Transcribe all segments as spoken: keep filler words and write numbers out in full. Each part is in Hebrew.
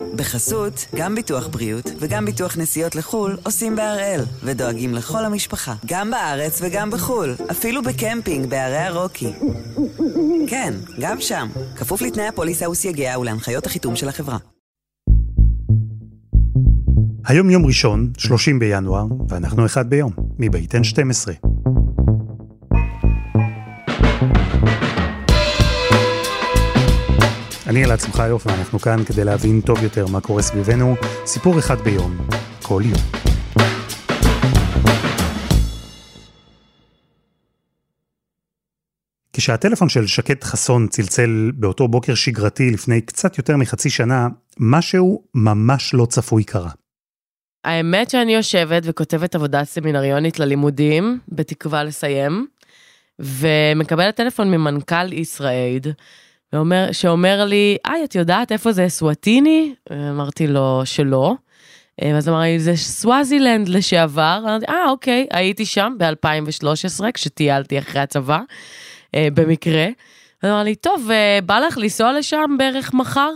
בחסות, גם ביטוח בריאות וגם ביטוח נסיעות לחול עושים בהראל, ודואגים לכל המשפחה, גם בארץ וגם בחול, אפילו בקמפינג בערי הרוקי. כן, גם שם, כפוף לתנאי הפוליסה וסייגיה ולהנחיות החיתום של החברה. היום יום ראשון, שלושים בינואר, ואנחנו אחד ביום, מבית אן שתים עשרה. אני אלעד שמחיוף, ואנחנו כאן כדי להבין טוב יותר מה קורה סביבנו. סיפור אחד ביום, כל יום. כשהטלפון של שקד חסון צלצל באותו בוקר שגרתי לפני קצת יותר מחצי שנה, משהו ממש לא צפוי קרה. האמת שאני יושבת וכותבת עבודה סמינריונית ללימודים, בתקווה לסיים, ומקבלת טלפון ממנכ"ל ישראיד, ואומר, שאומר לי, איי, את יודעת איפה זה סואטיני? אמרתי לו שלא. ואז אמר לי, זה סוואזילנד לשעבר. אמרתי, אה, אוקיי, הייתי שם ב-אלפיים ושלוש עשרה, כשטיילתי אחרי הצבא, במקרה. אז אמר לי, טוב, בא לך לנסוע לשם בערך מחר?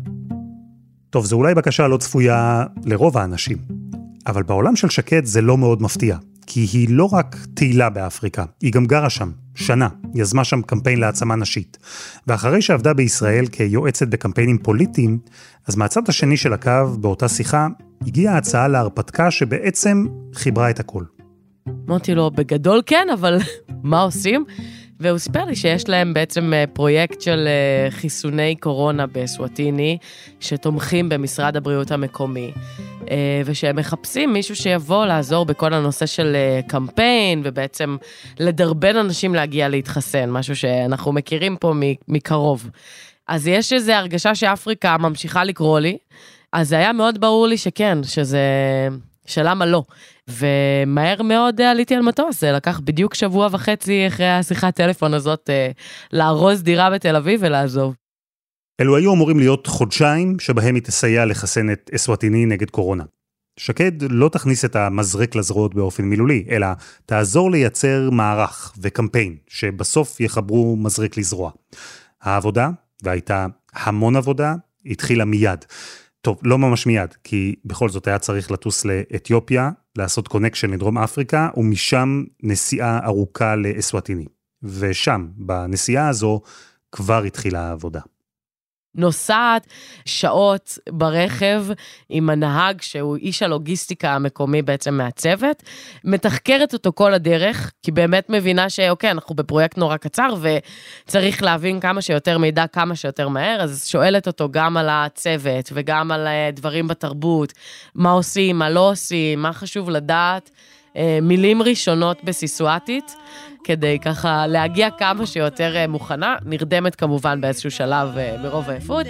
טוב, זו אולי בקשה לא צפויה לרוב האנשים. אבל בעולם של שקד זה לא מאוד מפתיע. כי היא לא רק תהילה באפריקה, היא גם גרה שם, שנה, יזמה שם קמפיין להעצמה נשית. ואחרי שעבדה בישראל כיועצת בקמפיינים פוליטיים, אז מהצד השני של הקו, באותה שיחה, הגיעה הצעה להרפתקה שבעצם חיברה את הכל. אמרתי לו, בגדול כן, אבל מה עושים? והוא סיפר לי שיש להם בעצם פרויקט של חיסוני קורונה בסואטיני, שתומכים במשרד הבריאות המקומי, ושהם מחפשים מישהו שיבוא לעזור בכל הנושא של קמפיין, ובעצם לדרבן אנשים להגיע להתחסן, משהו שאנחנו מכירים פה מקרוב. אז יש איזו הרגשה שאפריקה ממשיכה לקרוא לי, אז זה היה מאוד ברור לי שכן, שזה... שלמה לא. ומהר מאוד עליתי על מטוס, זה לקח בדיוק שבוע וחצי אחרי השיחת טלפון הזאת, לארוז דירה בתל אביב ולעזוב. אלו היו אמורים להיות חודשיים שבהם היא תסייע לחסן את אסואטיני נגד קורונה. שקד לא תכניס את המזרק לזרועות באופן מילולי, אלא תעזור לייצר מערך וקמפיין, שבסוף יחברו מזרק לזרוע. העבודה, והייתה המון עבודה, התחילה מיד. טוב, לא ממש מיד, כי בכל זאת היה צריך לטוס לאתיופיה, לעשות קונקשן לדרום אפריקה, ומשם נסיעה ארוכה לאסואטיני. ושם, בנסיעה הזו, כבר התחילה העבודה. נוסעת שעות ברכב עם הנהג שהוא איש הלוגיסטיקה המקומי בעצם מהצוות, מתחקרת אותו כל הדרך, כי באמת מבינה שאוקיי, אנחנו בפרויקט נורא קצר וצריך להבין כמה שיותר מידע, כמה שיותר מהר, אז שואלת אותו גם על הצוות וגם על דברים בתרבות, מה עושים, מה לא עושים, מה חשוב לדעת, מילים ראשונות בסיסואטית, כדי ככה להגיע כמה שיותר מוכנה, נרדמת כמובן באיזשהו שלב מרוב העייפות.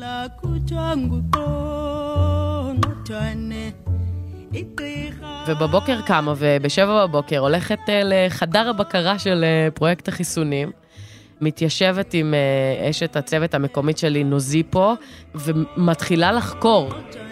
ובבוקר קמה, ובשבע בבוקר הולכת לחדר הבקרה של פרויקט החיסונים, מתיישבת עם אשת הצוות המקומית שלי, נוזיפו, ומתחילה לחקור.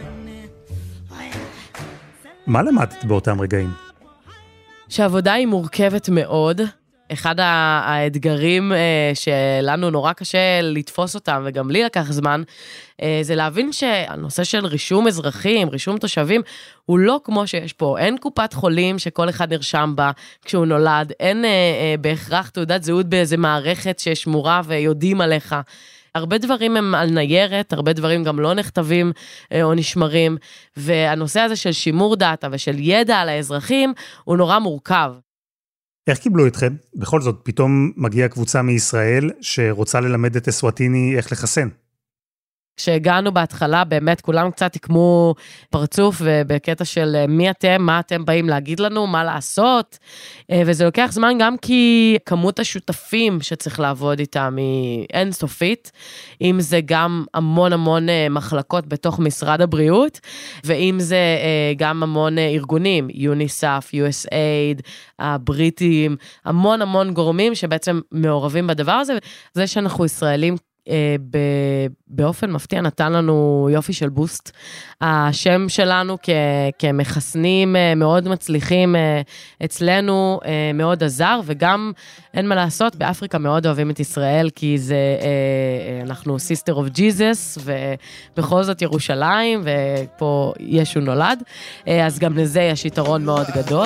מה למדת באותם רגעים? שהעבודה היא מורכבת מאוד, אחד האתגרים שלנו נורא קשה לתפוס אותם, וגם לי לקח זמן, זה להבין שהנושא של רישום אזרחים, רישום תושבים, הוא לא כמו שיש פה, אין קופת חולים שכל אחד נרשם בה כשהוא נולד, אין בהכרח תעודת זהות באיזה מערכת ששמורה ויודעים עליך, הרבה דברים הם על ניירת, הרבה דברים גם לא נכתבים או נשמרים, והנושא הזה של שימור דאטה ושל ידע על האזרחים, הוא נורא מורכב. איך קיבלו אתכם? בכל זאת, פתאום מגיעה קבוצה מישראל שרוצה ללמד את אסואטיני איך לחסן. כשהגענו בהתחלה, באמת כולם קצת יקמו פרצוף, ובקטע של מי אתם, מה אתם באים להגיד לנו, מה לעשות, וזה לוקח זמן גם כי כמות השותפים שצריך לעבוד איתם היא אינסופית, אם זה גם המון המון מחלקות בתוך משרד הבריאות, ואם זה גם המון ארגונים, יוניסף, יו אס איי די, הבריטים, המון המון גורמים שבעצם מעורבים בדבר הזה, זה שאנחנו ישראלים, באופן מפתיע נתן לנו יופי של בוסט. השם שלנו כמחסנים מאוד מצליחים אצלנו מאוד עזר, וגם אין מה לעשות, באפריקה מאוד אוהבים את ישראל, כי זה, אנחנו sister of Jesus, ובכל זאת ירושלים, ופה ישו נולד, אז גם לזה יש יתרון מאוד גדול.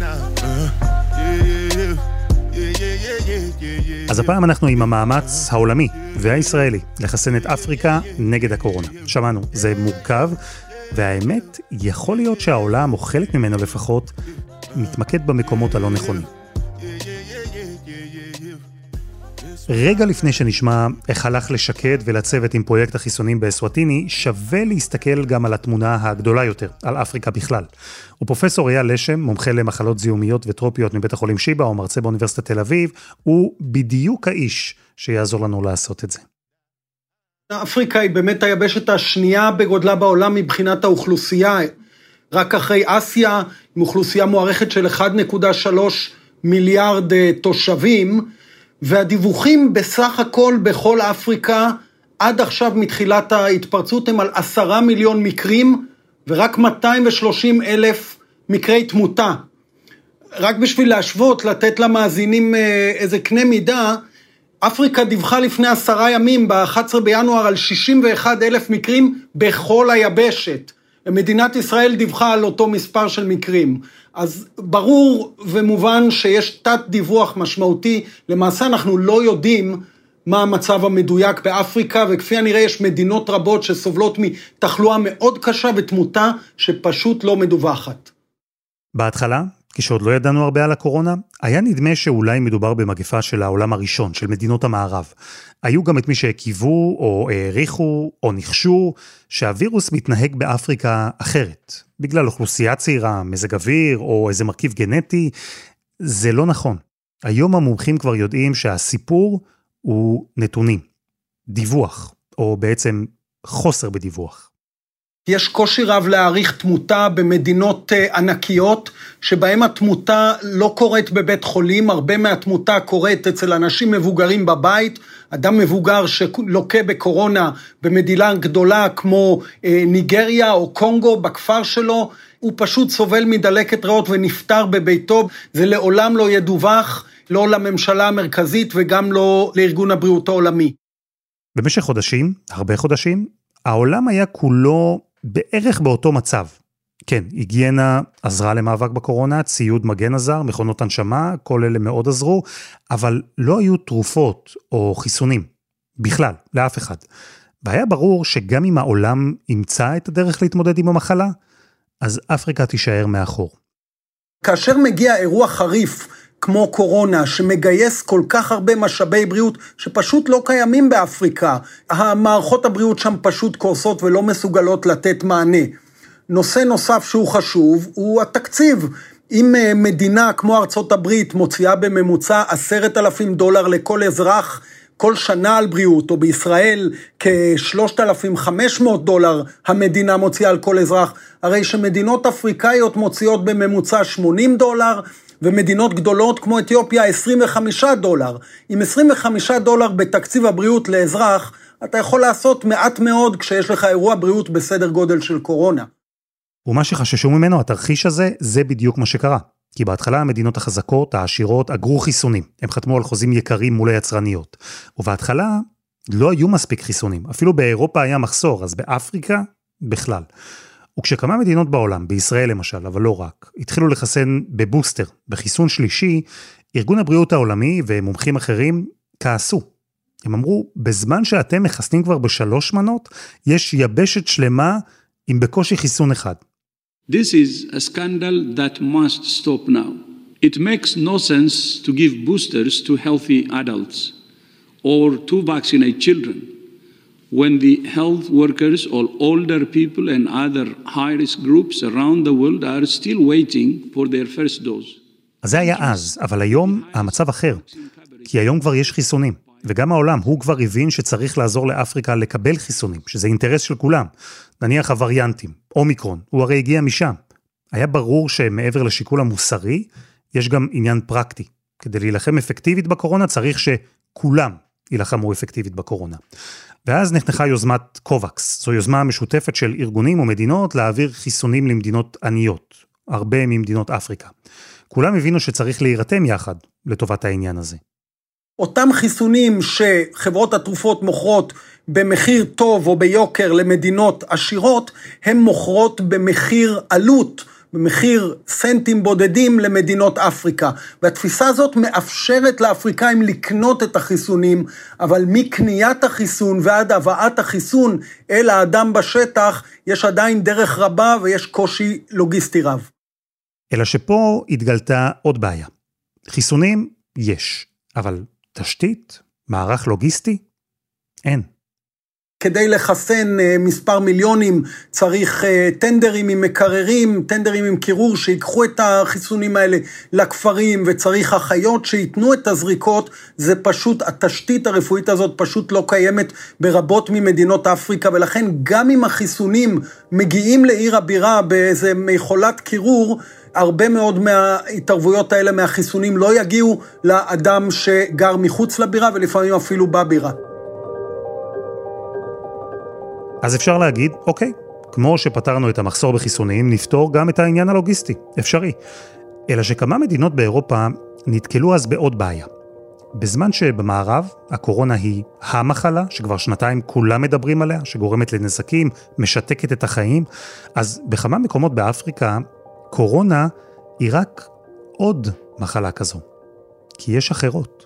אז הפעם אנחנו עם המאמץ העולמי והישראלי לחסן את אפריקה נגד הקורונה. שמענו, זה מורכב, והאמת, יכול להיות שהעולם, או חלק ממנו לפחות, מתמקד במקומות הלא נכונים. רגע לפני שנשמע איך הלך לשקד ולצוות עם פרויקט החיסונים באסוואטיני, שווה להסתכל גם על התמונה הגדולה יותר, על אפריקה בכלל. הוא פרופסור אייל לשם, מומחה למחלות זיהומיות וטרופיות מבית החולים שיבא, או מרצה באוניברסיטת תל אביב, הוא בדיוק האיש שיעזור לנו לעשות את זה. אפריקה היא באמת היבשת השנייה בגודלה בעולם מבחינת האוכלוסייה, רק אחרי אסיה, עם אוכלוסייה מוערכת של אחד נקודה שלוש מיליארד תושבים, והדיווחים בסך הכל בכל אפריקה, עד עכשיו מתחילת ההתפרצות הם על עשרה מיליון מקרים, ורק מאתיים ושלושים אלף מקרי תמותה. רק בשביל להשוות, לתת למאזינים איזה קנה מידה, אפריקה דיווחה לפני עשרה ימים, ב-אחד עשר בינואר, על שישים ואחד אלף מקרים בכל היבשת. מדינת ישראל דיווחה על אותו מספר של מקרים. אז ברור ומובן שיש תת דיווח משמעותי, למעשה אנחנו לא יודעים מה המצב המדויק באפריקה, וכפי הנראה יש מדינות רבות שסובלות מתחלואה מאוד קשה ותמותה שפשוט לא מדווחת. בהתחלה, כשעוד לא ידענו הרבה על הקורונה, היה נדמה שאולי מדובר במגפה של העולם הראשון, של מדינות המערב. היו גם את מי שהקיבו או העריכו או נחשו שהווירוס מתנהג באפריקה אחרת, בגלל אוכלוסייה צעירה, מזג אוויר או איזה מרכיב גנטי. זה לא נכון. היום המומחים כבר יודעים שהסיפור הוא נתונים, דיווח, או בעצם חוסר בדיווח. יש קושי רב להעריך תמותה במדינות ענקיות, שבהם התמותה לא קורית בבית חולים, הרבה מהתמותה קורית אצל אנשים מבוגרים בבית, אדם מבוגר שלוקה בקורונה במדינה גדולה כמו ניגריה או קונגו בכפר שלו, הוא פשוט סובל מדלקת ריאות ונפטר בביתו, זה לעולם לא ידווח, לא לממשלה המרכזית וגם לא לארגון הבריאות העולמי. במשך חודשים, הרבה חודשים, העולם היה כולו בערך באותו מצב. כן, היגיינה עזרה למאבק בקורונה, ציוד מגן עזר, מכונות הנשמה, כל אלה מאוד עזרו, אבל לא היו תרופות או חיסונים, בכלל, לאף אחד. והיה ברור שגם אם העולם ימצא את הדרך להתמודד עם המחלה, אז אפריקה תישאר מאחור. כאשר מגיע אירוע חריף, כמו קורונה, שמגייס כל כך הרבה משאבי בריאות, שפשוט לא קיימים באפריקה. המערכות הבריאות שם פשוט קורסות ולא מסוגלות לתת מענה. נושא נוסף שהוא חשוב, הוא התקציב. אם מדינה כמו ארצות הברית מוציאה בממוצע עשרת אלפים דולר לכל אזרח, כל שנה על בריאות, או בישראל כ-שלושת אלפים וחמש מאות דולר המדינה מוציאה על כל אזרח, הרי שמדינות אפריקאיות מוציאות בממוצע שמונים דולר, ומדינות גדולות כמו אתיופיה עשרים וחמישה דולר. עם עשרים וחמישה דולר בתקציב הבריאות לאזרח, אתה יכול לעשות מעט מאוד כשיש לך אירוע בריאות בסדר גודל של קורונה. ומה שחששו ממנו, התרחיש הזה, זה בדיוק מה שקרה. כי בהתחלה המדינות החזקות, העשירות, אגרו חיסונים. הם חתמו על חוזים יקרים מול היצרניות. ובהתחלה לא היו מספיק חיסונים. אפילו באירופה היה מחסור, אז באפריקה בכלל. וכשכמה מדינות בעולם, בישראל למשל, אבל לא רק, התחילו לחסן בבוסטר, בחיסון שלישי, ארגון הבריאות העולמי ומומחים אחרים כעסו. הם אמרו, בזמן שאתם מחסנים כבר בשלוש מנות, יש יבשת שלמה עם בקושי חיסון אחד. This is a scandal that must stop now. It makes no sense to give boosters to healthy adults or to vaccinate children when the health workers or older people and other high-risk groups around the world are still waiting for their first dose. אז זה היה אז, אבל היום המצב אחר. כי היום כבר יש חיסונים, וגם העולם, הוא כבר הבין שצריך לעזור לאפריקה לקבל חיסונים, שזה אינטרס של כולם. נניח הווריאנטים, אומיקרון, הוא הרי הגיע משם. היה ברור שמעבר לשיקול המוסרי, יש גם עניין פרקטי. כדי להילחם אפקטיבית בקורונה צריך שכולם ילחמו אפקטיבית בקורונה. ואז נחנכה יוזמת קובקס, זו יוזמה משותפת של ארגונים ומדינות להעביר חיסונים למדינות עניות, הרבה ממדינות אפריקה. כולם הבינו שצריך להירתם יחד לטובת העניין הזה. אותם חיסונים שחברות התרופות מוכרות במחיר טוב או ביוקר למדינות עשירות, הן מוכרות במחיר עלות, במחיר סנטים בודדים למדינות אפריקה. והתפיסה הזאת מאפשרת לאפריקאים לקנות את החיסונים, אבל מקניית החיסון ועד הבאת החיסון אל האדם בשטח, יש עדיין דרך רבה ויש קושי לוגיסטי רב. אלא שפה התגלתה עוד בעיה. חיסונים יש, אבל תשתית, מערך לוגיסטי, אין. כדי לחסן מספר מיליונים צריך טנדרים עם מקררים, טנדרים עם קירור שיקחו את החיסונים האלה לכפרים, וצריך אחיות שיתנו את הזריקות. זה פשוט, התשתית הרפואית הזאת פשוט לא קיימת ברבות ממדינות אפריקה, ולכן גם אם החיסונים מגיעים לעיר הבירה באיזה מיכולת קירור, הרבה מאוד מההתערבויות האלה מהחיסונים לא יגיעו לאדם שגר מחוץ לבירה, ולפעמים אפילו בבירה. אז אפשר להגיד, אוקיי, כמו שפתרנו את המחסור בחיסונים, נפתור גם את העניין הלוגיסטי, אפשרי. אלא שכמה מדינות באירופה נתקלו אז בעוד בעיה. בזמן שבמערב הקורונה היא המחלה, שכבר שנתיים כולם מדברים עליה, שגורמת לנזקים, משתקת את החיים, אז בכמה מקומות באפריקה, קורונה היא רק עוד מחלה כזו, כי יש אחרות.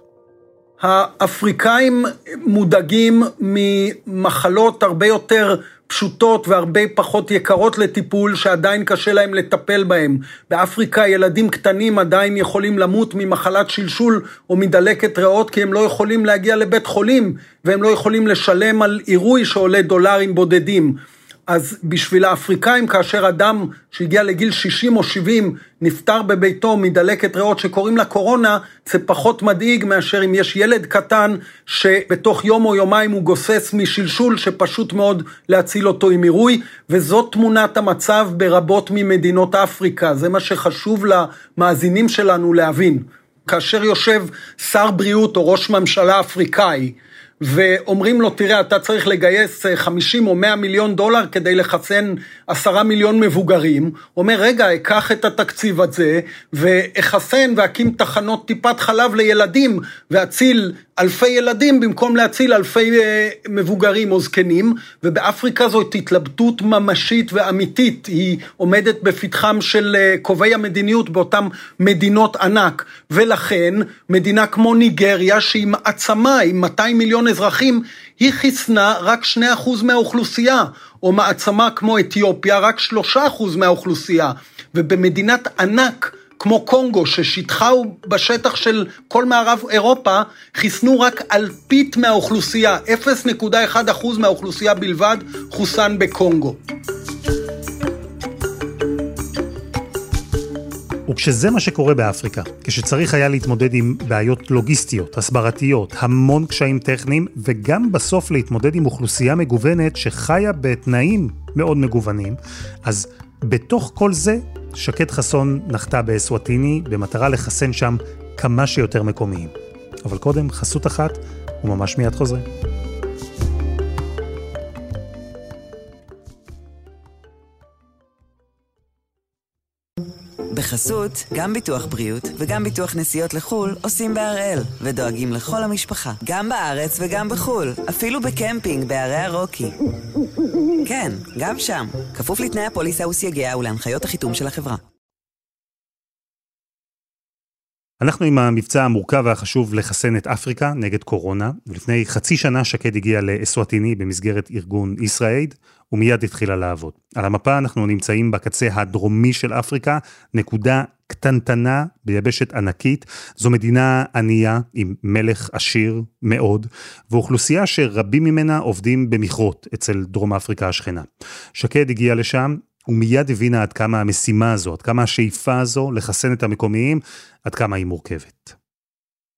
האפריקאים מודאגים ממחלות הרבה יותר פשוטות והרבה פחות יקרות לטיפול, שעדיין קשה להם לטפל בהם. באפריקה ילדים קטנים עדיין יכולים למות ממחלת שלשול או מדלקת ריאות, כי הם לא יכולים להגיע לבית חולים, והם לא יכולים לשלם על עירוי שעולה דולרים בודדים. אז בשביל האפריקאים, כאשר אדם שהגיע לגיל שישים או שבעים נפטר בביתו מדלקת ריאות שקוראים לה קורונה, זה פחות מדאיג מאשר אם יש ילד קטן שבתוך יום או יומיים הוא גוסס משלשול שפשוט מאוד להציל אותו עם עירוי, וזאת תמונת המצב ברבות ממדינות אפריקה. זה מה שחשוב למאזינים שלנו להבין. כאשר יושב שר בריאות או ראש ממשלה אפריקאי, ואומרים לו, תראה, אתה צריך לגייס חמישים או מאה מיליון דולר כדי לחסן עשרה מיליון מבוגרים. אומר, רגע, אקח את התקציב הזה, ואחסן ואקים תחנות טיפת חלב לילדים, ואציל אלפי ילדים, במקום להציל אלפי uh, מבוגרים או זקנים. ובאפריקה זאת התלבטות ממשית ואמיתית, היא עומדת בפתחם של uh, קובעי המדיניות באותם מדינות ענק. ולכן, מדינה כמו ניגריה, שהיא מעצמה, עם מאתיים מיליון אזרחים, היא חיסנה רק שני אחוז מהאוכלוסייה, או מעצמה כמו אתיופיה, רק שלושה אחוז מהאוכלוסייה. ובמדינת ענק כמו קונגו, ששטחה הוא בשטח של כל מערב אירופה, חיסנו רק אלפית מהאוכלוסייה, אפס נקודה אחת אחוז מהאוכלוסייה בלבד חוסן בקונגו. וכשזה מה שקורה באפריקה, כשצריך היה להתמודד עם בעיות לוגיסטיות, הסברתיות, המון קשיים טכניים, וגם בסוף להתמודד עם אוכלוסייה מגוונת שחיה בתנאים מאוד מגוונים, אז בתוך כל זה, שקד חסון נחתה באסווטיני במטרה לחסן שם כמה שיותר מקומיים. אבל קודם, חסות אחת, וממש מיד חוזרים. בחסות, גם ביטוח בריאות וגם ביטוח נסיעות לחול עושים בהראל, ודואגים לכל המשפחה, גם בארץ וגם בחול, אפילו בקמפינג בערי הרוקי. כן, גם שם, כפוף לתנאי הפוליסה וסייגיה ולהנחיות החיתום של החברה. אנחנו עם המבצע המורכב והחשוב לחסן את אפריקה נגד קורונה, ולפני חצי שנה שקד הגיע לאסווטיני במסגרת ארגון ישראיד, ומיד התחילה לעבוד. על המפה אנחנו נמצאים בקצה הדרומי של אפריקה, נקודה קטנטנה ביבשת ענקית. זו מדינה ענייה עם מלך עשיר מאוד, ואוכלוסייה שרבים ממנה עובדים במכרות אצל דרום אפריקה השכנה. שקד הגיע לשם, ומיד הבינה עד כמה המשימה הזו, עד כמה השאיפה הזו לחסן את המקומיים, עד כמה היא מורכבת.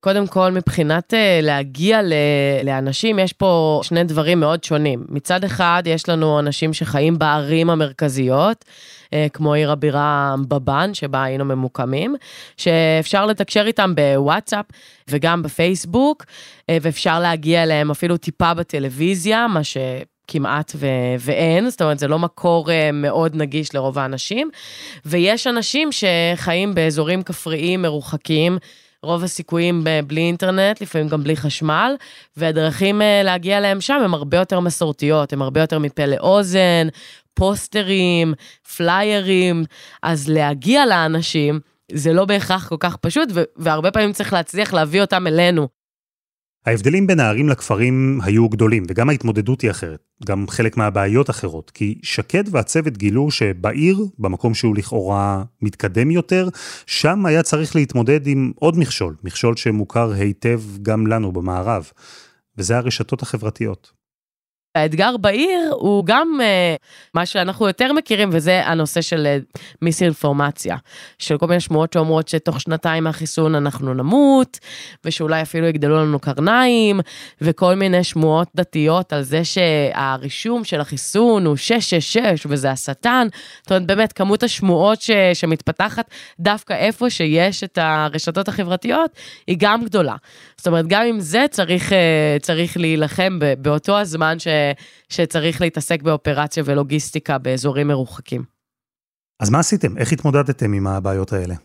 קודם כל, מבחינת להגיע לאנשים, יש פה שני דברים מאוד שונים. מצד אחד, יש לנו אנשים שחיים בערים המרכזיות, כמו עיר הבירה בבן, שבה היינו ממוקמים, שאפשר לתקשר איתם בוואטסאפ וגם בפייסבוק, ואפשר להגיע אליהם אפילו טיפה בטלוויזיה, מה ש... כמעט ו- ואין, זאת אומרת, זה לא מקור מאוד נגיש לרוב האנשים, ויש אנשים שחיים באזורים כפריים מרוחקים, רוב הסיכויים בלי אינטרנט, לפעמים גם בלי חשמל, והדרכים להגיע להם שם הם הרבה יותר מסורתיות, הם הרבה יותר מפה לאוזן, פוסטרים, פליירים, אז להגיע לאנשים, זה לא בהכרח כל כך פשוט, והרבה פעמים צריך להצליח להביא אותם אלינו. ההבדלים בין הערים לכפרים היו גדולים, וגם ההתמודדות היא אחרת, גם חלק מהבעיות אחרות, כי שקד והצוות גילו שבעיר, במקום שהוא לכאורה מתקדם יותר, שם היה צריך להתמודד עם עוד מכשול, מכשול שמוכר היטב גם לנו במערב, וזה הרשתות החברתיות. האתגר בעיר הוא גם uh, מה שאנחנו יותר מכירים, וזה הנושא של uh, מיסאינפורמציה, של כל מיני שמועות שאומרות שתוך שנתיים מהחיסון אנחנו נמות, ושאולי אפילו יגדלו לנו קרניים, וכל מיני שמועות דתיות על זה שהרישום של החיסון הוא שש שש שש, וזה השטן. זאת אומרת, באמת, כמות השמועות ש, שמתפתחת דווקא איפה שיש את הרשתות החברתיות, היא גם גדולה. זאת אומרת, גם עם זה צריך, uh, צריך להילחם ב, באותו הזמן ש... שצריך להתעסק באופרציה ולוגיסטיקה באזורים מרוחקים. אז מה עשיתם? איך התמודדתם עם הבעיות האלה?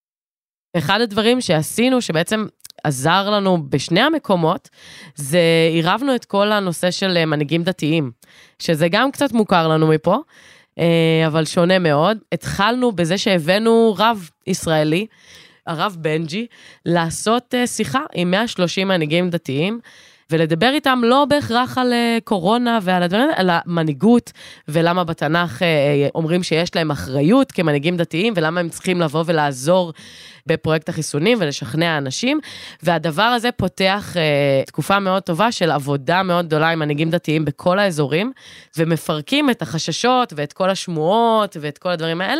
אחד הדברים שעשינו, שבעצם עזר לנו בשני המקומות, זה עירבנו את כל הנושא של מנהיגים דתיים, שזה גם קצת מוכר לנו מפה, אבל שונה מאוד. התחלנו בזה שהבאנו רב ישראלי, הרב בנג'י, לעשות שיחה עם מאה ושלושים מנהיגים דתיים, ולדבר איתם לא בהכרח על קורונה ועל הדברים, אלא מנהיגות, ולמה בתנ"ך אומרים שיש להם אחריות כמנהיגים דתיים, ולמה הם צריכים לבוא ולעזור בפרויקט החיסונים ולשכנע אנשים, והדבר הזה פותח uh, תקופה מאוד טובה של עבודה מאוד גדולה עם מנהיגים דתיים בכל האזורים, ומפרקים את החששות ואת כל השמועות ואת כל הדברים האלה,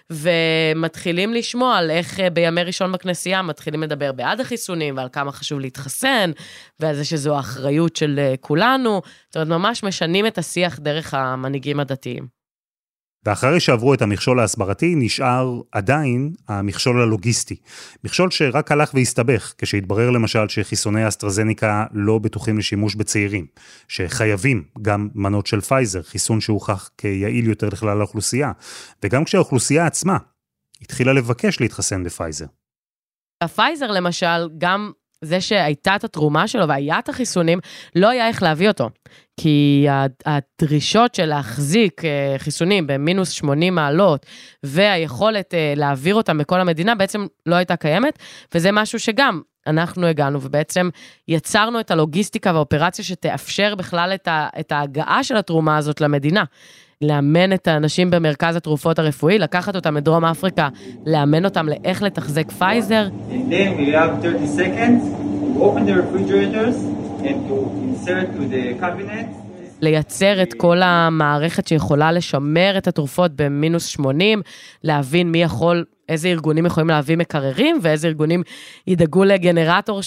ומתחילים לשמוע על איך uh, בימי ראשון בכנסייה מתחילים לדבר בעד החיסונים, ועל כמה חשוב להתחסן, ועל זה שזו האחריות של uh, כולנו, זאת אומרת ממש משנים את השיח דרך המנהיגים הדתיים. ואחרי שעברו את המכשול ההסברתי, נשאר עדיין המכשול הלוגיסטי. מכשול שרק הלך והסתבך, כשהתברר למשל שחיסוני האסטרזניקה לא בטוחים לשימוש בצעירים, שחייבים גם מנות של פייזר, חיסון שהוכח כיעיל יותר לכלל האוכלוסייה, וגם כשהאוכלוסייה עצמה התחילה לבקש להתחסן בפייזר. הפייזר למשל, גם זה שהייתה את התרומה שלו והיה את החיסונים, לא היה איך להביא אותו. כי הדרישות של להחזיק חיסונים במינוס שמונים מעלות, והיכולת להעביר אותם בכל המדינה, בעצם לא הייתה קיימת, וזה משהו שגם אנחנו הגענו, ובעצם יצרנו את הלוגיסטיקה והאופרציה שתאפשר בכלל את ההגעה של התרומה הזאת למדינה. לאמן את האנשים במרכז התרופות הרפואי, לקחת אותם מדרום אפריקה, לאמן אותם לאיך לתחזק פייזר. And then we have thirty seconds to open the refrigerators and to insert to the cabinet. לייצר את כל המערכת שיכולה לשמר את התרופות במינוס שמונים, להבין מי יכול, איזה ארגונים יכולים להביא מקררים, ואיזה ארגונים ידאגו לגנרטור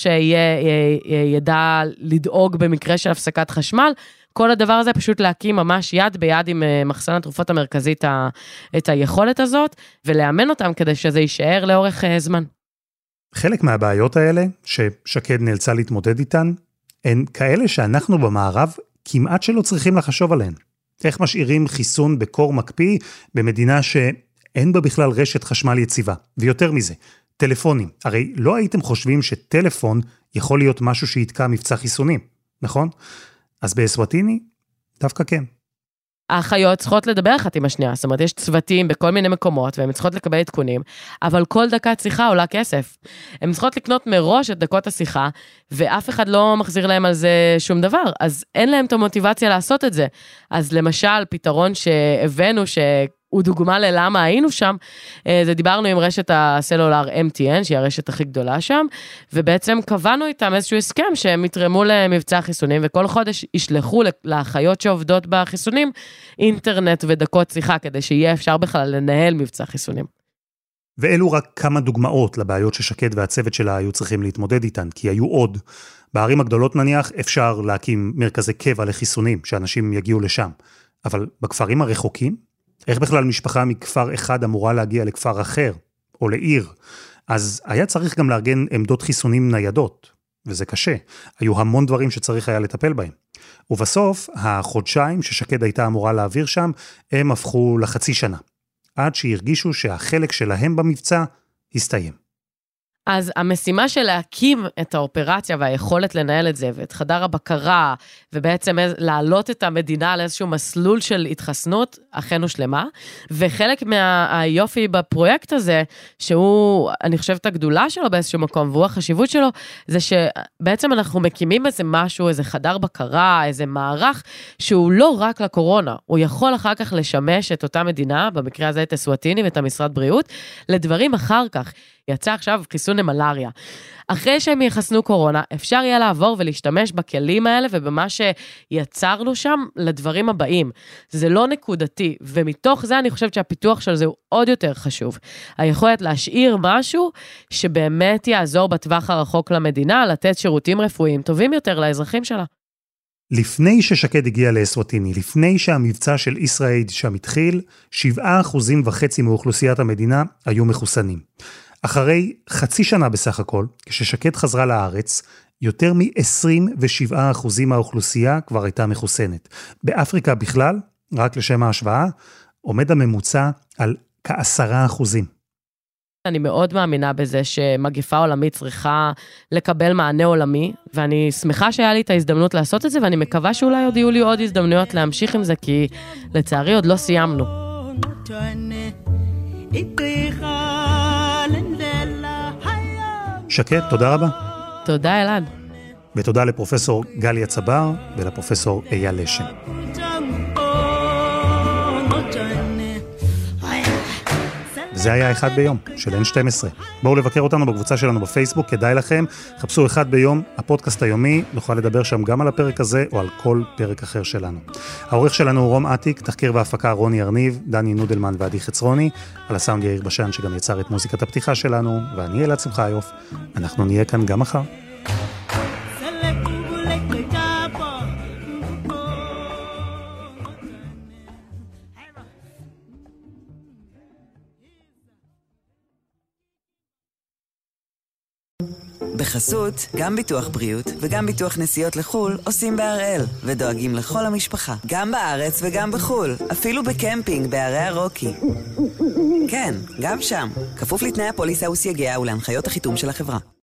שידע לדאוג במקרה של הפסקת חשמל. כל הדבר הזה פשוט להקים ממש יד ביד עם מחסן התרופות המרכזית את היכולת הזאת, ולאמן אותם כדי שזה יישאר לאורך זמן. חלק מהבעיות האלה, ששקד נאלצה להתמודד איתן, הן כאלה שאנחנו במערב כמעט שלא צריכים לחשוב עליהן. איך משאירים חיסון בקור מקפיא במדינה שאין בה בכלל רשת חשמל יציבה? ויותר מזה, טלפונים. הרי לא הייתם חושבים שטלפון יכול להיות משהו שיתקע מבצע חיסונים, נכון? אז באסווטיני, דווקא כן. האחיות צריכות לדבר אחת עם השנייה, זאת אומרת, יש צוותים בכל מיני מקומות, והן צריכות לקבל עדכונים, אבל כל דקת שיחה עולה כסף. הן צריכות לקנות מראש את דקות השיחה, ואף אחד לא מחזיר להם על זה שום דבר, אז אין להם את המוטיבציה לעשות את זה. אז למשל, פתרון שהבאנו, שהוא דוגמה ללמה היינו שם, זה דיברנו עם רשת הסלולר אם טי אן, שהיא הרשת הכי גדולה שם, ובעצם קבענו איתם איזשהו הסכם שהם יתרמו למבצע החיסונים, וכל חודש ישלחו לאחיות שעובדות בחיסונים, אינטרנט ודקות שיחה, כדי שיהיה אפשר בכלל לנהל מבצע חיסונים. ואלו רק כמה דוגמאות לבעיות ששקד והצוות שלה היו צריכים להתמודד איתן, כי היו עוד. בערים הגדולות נניח אפשר להקים מרכזי קבע לחיסונים, שאנשים יגיעו לשם. אבל בכפרים הרחוקים, איך בכלל משפחה מכפר אחד אמורה להגיע לכפר אחר, או לעיר? אז היה צריך גם לארגן עמדות חיסונים ניידות, וזה קשה. היו המון דברים שצריך היה לטפל בהם. ובסוף, החודשיים ששקד הייתה אמורה להעביר שם, הם הפכו לחצי שנה. עד שהרגישו שהחלק שלהם במבצע הסתיים. אז המשימה של להקים את האופרציה והיכולת לנהל את זה, ואת חדר הבקרה, ובעצם להעלות את המדינה לאיזשהו מסלול של התחסנות, אכן הושלמה, וחלק מהיופי בפרויקט הזה, שהוא, אני חושבת, הגדולה שלו באיזשהו מקום, והוא החשיבות שלו, זה שבעצם אנחנו מקימים איזה משהו, איזה חדר בקרה, איזה מערך, שהוא לא רק לקורונה, הוא יכול אחר כך לשמש את אותה מדינה, במקרה הזה את אסוואטיני ואת המשרד בריאות, לדברים אחר כך. יצא עכשיו חיסון למלריה. אחרי שהם יחסנו קורונה, אפשר יהיה לעבור ולהשתמש בכלים האלה ובמה שיצרנו שם לדברים הבאים. זה לא נקודתי, ומתוך זה אני חושבת שהפיתוח של זה הוא עוד יותר חשוב. היכולת להשאיר משהו שבאמת יעזור בטווח הרחוק למדינה, לתת שירותים רפואיים טובים יותר לאזרחים שלה. לפני ששקד הגיע לאסוואטיני, לפני שהמבצע של ישראל שם התחיל, שבעה אחוזים וחצי מאוכלוסיית המדינה היו מחוסנים. אחרי חצי שנה בסך הכל, כששקד חזרה לארץ, יותר מ-עשרים ושבעה אחוזים מהאוכלוסייה כבר הייתה מחוסנת. באפריקה בכלל, רק לשם ההשוואה, עומד הממוצע על כעשרה אחוזים. אני מאוד מאמינה בזה שמגפה עולמית צריכה לקבל מענה עולמי, ואני שמחה שהיה לי את ההזדמנות לעשות את זה, ואני מקווה שאולי עוד יהיו לי עוד הזדמנויות להמשיך עם זה, כי לצערי עוד לא סיימנו. שקד, תודה רבה. תודה אלעד. ותודה לפרופסור גליה צבר ולפרופסור אייל לשם. זה היה אחד ביום של אן שתים עשרה. בואו לבקר אותנו בקבוצה שלנו בפייסבוק, כדאי לכם. חפשו אחד ביום, הפודקאסט היומי, נוכל לדבר שם גם על הפרק הזה או על כל פרק אחר שלנו. העורך שלנו הוא רום עתיק, תחקיר והפקה רוני ארניב, דני נודלמן ועדי חצרוני, על הסאונד יאיר בשן שגם יצר את מוזיקת הפתיחה שלנו, ואני אלעד שמחיוף. אנחנו נהיה כאן גם מחר. בחסות, גם ביטוח בריאות וגם ביטוח נסיעות לחול עושים בהראל, ודואגים לכל המשפחה, גם בארץ וגם בחול, אפילו בקמפינג בערי הרוקי. כן, גם שם, כפוף לתנאי הפוליסה וסייגיה ולהנחיות החיתום של החברה.